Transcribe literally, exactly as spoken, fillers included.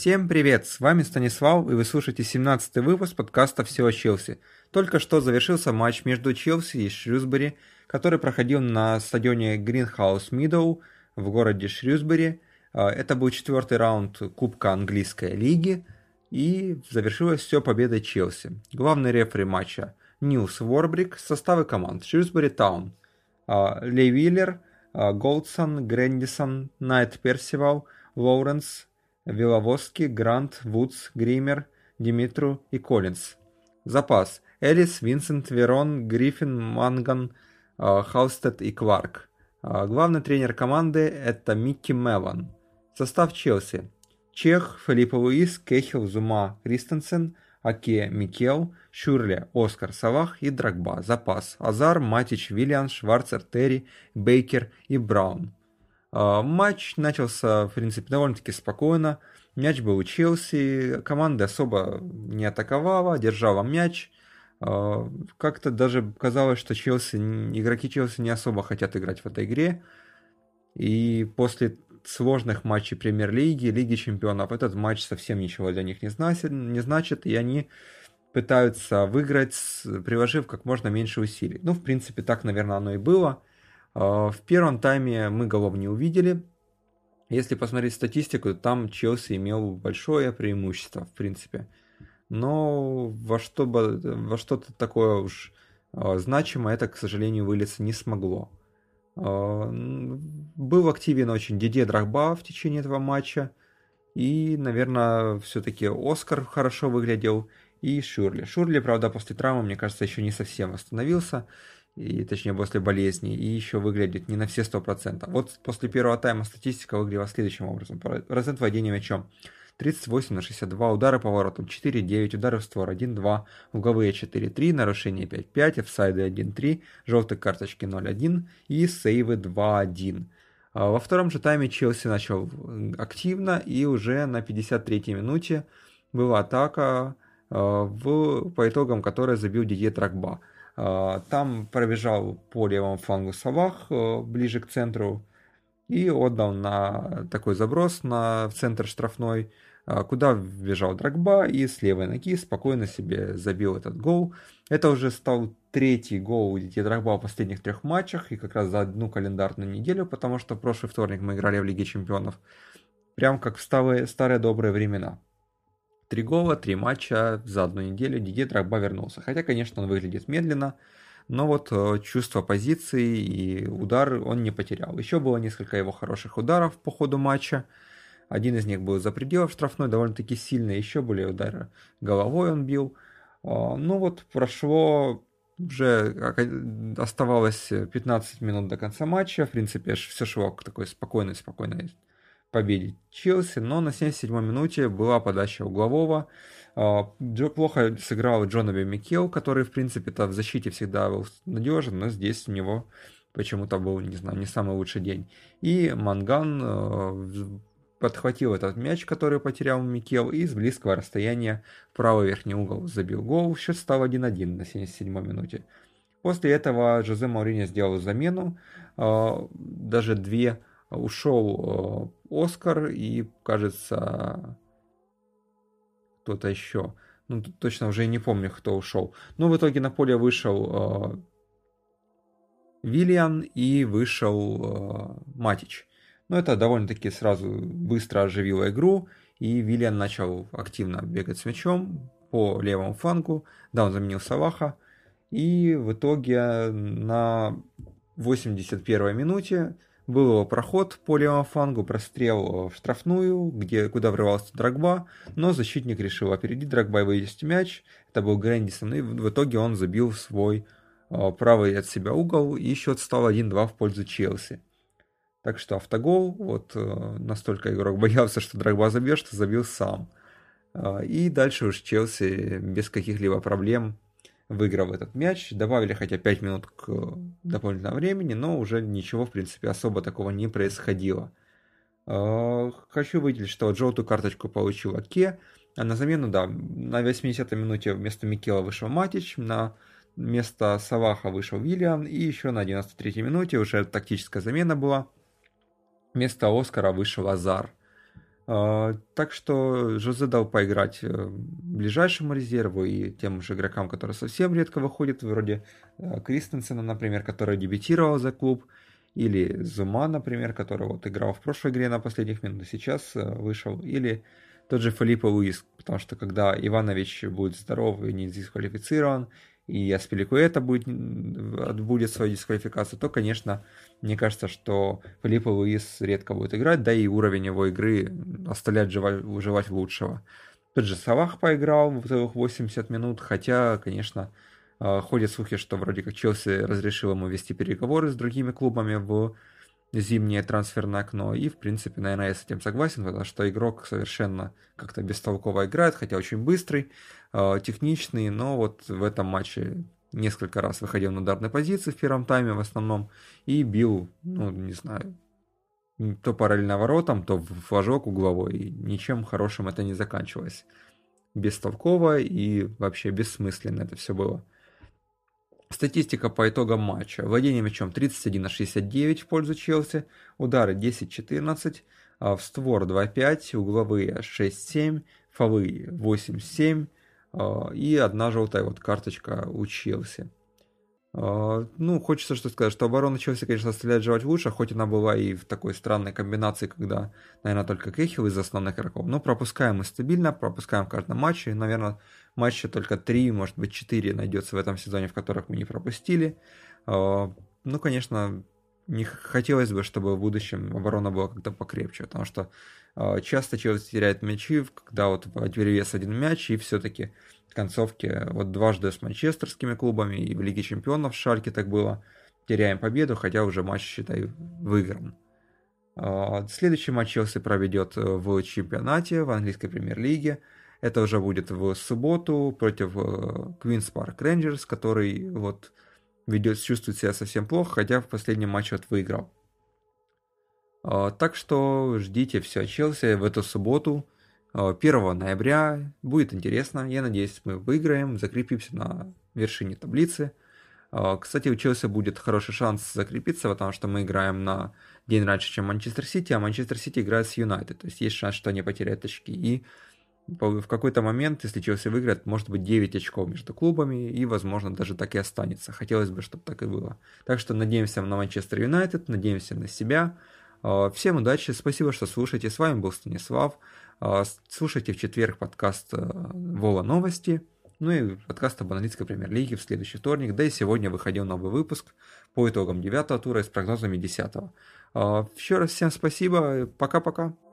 Всем привет, с вами Станислав, и вы слушаете семнадцатый выпуск подкаста «Все о Челси». Только что завершился матч между Челси и Шрюсбери, который проходил на стадионе Greenhouse Meadow в городе Шрюсбери. Это был четвертый раунд Кубка Английской лиги, и завершилось все победой Челси. Главный рефери матча Нилс Ворбрик, составы команд: Шрюсбери Таун, Лей Виллер, Голдсон, Грэндисон, Найт Персивал, Лоуренс, Виловоски, Грант, Вудс, Гример, Димитру и Коллинз. Запас: Элис, Винсент, Верон, Гриффин, Манган, Халстед и Кларк. Главный тренер команды — это Микки Меллан. Состав Челси: Чех, Филиппо Луис, Кехил, Зума, Кристенсен, Аке, Микел, Шюрле, Оскар, Салах и Дрогба. Запас: Азар, Матич, Виллиан, Шварцер, Терри, Бейкер и Браун. Матч начался, в принципе, довольно-таки спокойно. Мяч был у Челси, команда особо не атаковала, держала мяч. Как-то даже казалось, что Челси, игроки Челси не особо хотят играть в этой игре. И после сложных матчей Премьер-лиги, Лиги Чемпионов, этот матч совсем ничего для них не значит, не значит, и они пытаются выиграть, приложив как можно меньше усилий. Ну, в принципе, так, наверное, оно и было. В первом тайме мы голов не увидели. Если посмотреть статистику, там Челси имел большое преимущество, в принципе. Но во, что бы, во что-то такое уж значимое это, к сожалению, вылиться не смогло. Был активен очень Дидье Дрогба в течение этого матча. И, наверное, все-таки Оскар хорошо выглядел. И Шюрли. Шюрли, правда, после травмы, мне кажется, еще не совсем восстановился. И, точнее, после болезни. И еще выглядит не на все сто процентов. Вот после первого тайма статистика выглядела следующим образом. Процент владения мячом тридцать восемь на шестьдесят два, удары по воротам четыре девять, удары в створ один два, угловые четыре три, нарушения пять пять, офсайды один три, желтые карточки ноль один и сейвы два один. Во втором же тайме Челси начал активно, и уже на пятьдесят третьей минуте была атака, в, по итогам которой забил Дидье Дрогба. Там пробежал по левому флангу Салах ближе к центру и отдал на такой заброс на, в центр штрафной, куда бежал Дрогба и с левой ноги спокойно себе забил этот гол. Это уже стал третий гол у Дидье Дрогба в последних трех матчах, и как раз за одну календарную неделю, потому что в прошлый вторник мы играли в Лиге Чемпионов. Прям как в старые, старые добрые времена. Три гола, три матча за одну неделю Дидье Дрогба вернулся. Хотя, конечно, он выглядит медленно, но вот чувство позиции и удар он не потерял. Еще было несколько его хороших ударов по ходу матча. Один из них был за пределов штрафной, довольно-таки сильный. Еще были удары головой он бил. Ну вот прошло, уже оставалось пятнадцать минут до конца матча. В принципе, все шло к такой спокойной-спокойной победе Челси, но на семьдесят седьмой минуте была подача углового. Плохо сыграл Джоноби Микел, который, в принципе-то, в защите всегда был надежен, но здесь у него почему-то был, не знаю, не самый лучший день. И Манган подхватил этот мяч, который потерял Микел, и с близкого расстояния в правый верхний угол забил гол. Счет стал один один на семьдесят седьмой минуте. После этого Жозе Мауриньо сделал замену, даже две. Ушел Оскар и, кажется, кто-то еще. Ну, точно уже не помню, кто ушел. Но в итоге на поле вышел э, Виллиан и вышел э, Матич. Но это довольно-таки сразу быстро оживило игру. И Виллиан начал активно бегать с мячом по левому флангу. Да, он заменил Салаха. И в итоге на восемьдесят первой минуте был его проход по левому флангу, прострел в штрафную, где, куда врывался Дрогба, но защитник решил опередить Дрогба и вывести мяч. Это был Грэндисон, и в итоге он забил в свой правый от себя угол, и счет стал один два в пользу Челси. Так что автогол, вот настолько игрок боялся, что Дрогба забьет, что забил сам. И дальше уж Челси без каких-либо проблем выиграл этот мяч. Добавили хотя пять минут к дополнительному времени, но уже ничего, в принципе, особо такого не происходило. Хочу выделить, что желтую карточку получил Аке, а на замену, да, на восьмидесятой минуте вместо Микела вышел Матич, на место Салаха вышел Виллиан, и еще на девяносто третьей минуте уже тактическая замена была. Вместо Оскара вышел Азар. А, Так что Жозе дал поиграть э, ближайшему резерву и тем же игрокам, которые совсем редко выходят, вроде э, Кристенсена, например, который дебютировал за клуб, или Зума, например, который вот играл в прошлой игре на последних минутах, сейчас э, вышел, или тот же Филиппо Луис, потому что когда Иванович будет здоров и не дисквалифицирован, и Аспиликуэта будет, отбудет свою дисквалификацию, то, конечно, мне кажется, что Филиппо Луис редко будет играть, да и уровень его игры оставляет жевать, выживать лучшего. Тот же Салах поиграл в целых восемьдесят минут, хотя, конечно, ходят слухи, что вроде как Челси разрешил ему вести переговоры с другими клубами в зимнее трансферное окно, и, в принципе, наверное, я с этим согласен, потому что игрок совершенно как-то бестолково играет, хотя очень быстрый, техничный, но вот в этом матче несколько раз выходил на ударной позиции в первом тайме в основном и бил, ну, не знаю, то параллельно воротам, то в флажок угловой, и ничем хорошим это не заканчивалось. Бестолково и вообще бессмысленно это все было. Статистика по итогам матча. Владение мячом тридцать один на шестьдесят девять в пользу Челси, удары десять четырнадцать, в створ два пять, угловые шесть семь, фолы восемь семь и одна желтая вот карточка у Челси. Ну, хочется что сказать, что оборона Челси, конечно, оставляет желать лучше, хоть она была и в такой странной комбинации, когда, наверное, только Кехил из основных игроков. Но пропускаем мы стабильно, пропускаем в каждом матче. Наверное, матча только три, может быть, четыре найдется в этом сезоне, в которых мы не пропустили. Ну, конечно, не хотелось бы, чтобы в будущем оборона была как-то покрепче, потому что часто Челси теряет мячи, когда вот перевес один мяч, и все-таки в концовке вот дважды с манчестерскими клубами и в Лиге Чемпионов в Шальке так было. Теряем победу, хотя уже матч, считай, выигран. Следующий матч Челси проведет в чемпионате, в английской премьер-лиге. Это уже будет в субботу против Queen's Park Rangers, который вот ведет, чувствует себя совсем плохо, хотя в последнем матче вот выиграл. Так что ждите все Челси в эту субботу, первого ноября. Будет интересно. Я надеюсь, мы выиграем, закрепимся на вершине таблицы. Кстати, у Челси будет хороший шанс закрепиться, потому что мы играем на день раньше, чем Манчестер Сити, а Манчестер Сити играет с Юнайтед. То есть есть шанс, что они потеряют очки. И в какой-то момент, если Челси выиграет, может быть девять очков между клубами, и, возможно, даже так и останется. Хотелось бы, чтобы так и было. Так что надеемся на Манчестер Юнайтед, надеемся на себя. Всем удачи, спасибо, что слушаете. С вами был Станислав. Слушайте в четверг подкаст Вола Новости, ну и подкаст об английской премьер-лиге в следующий вторник. Да и сегодня выходил новый выпуск по итогам девятого тура и с прогнозами десятого. Еще раз всем спасибо, пока-пока.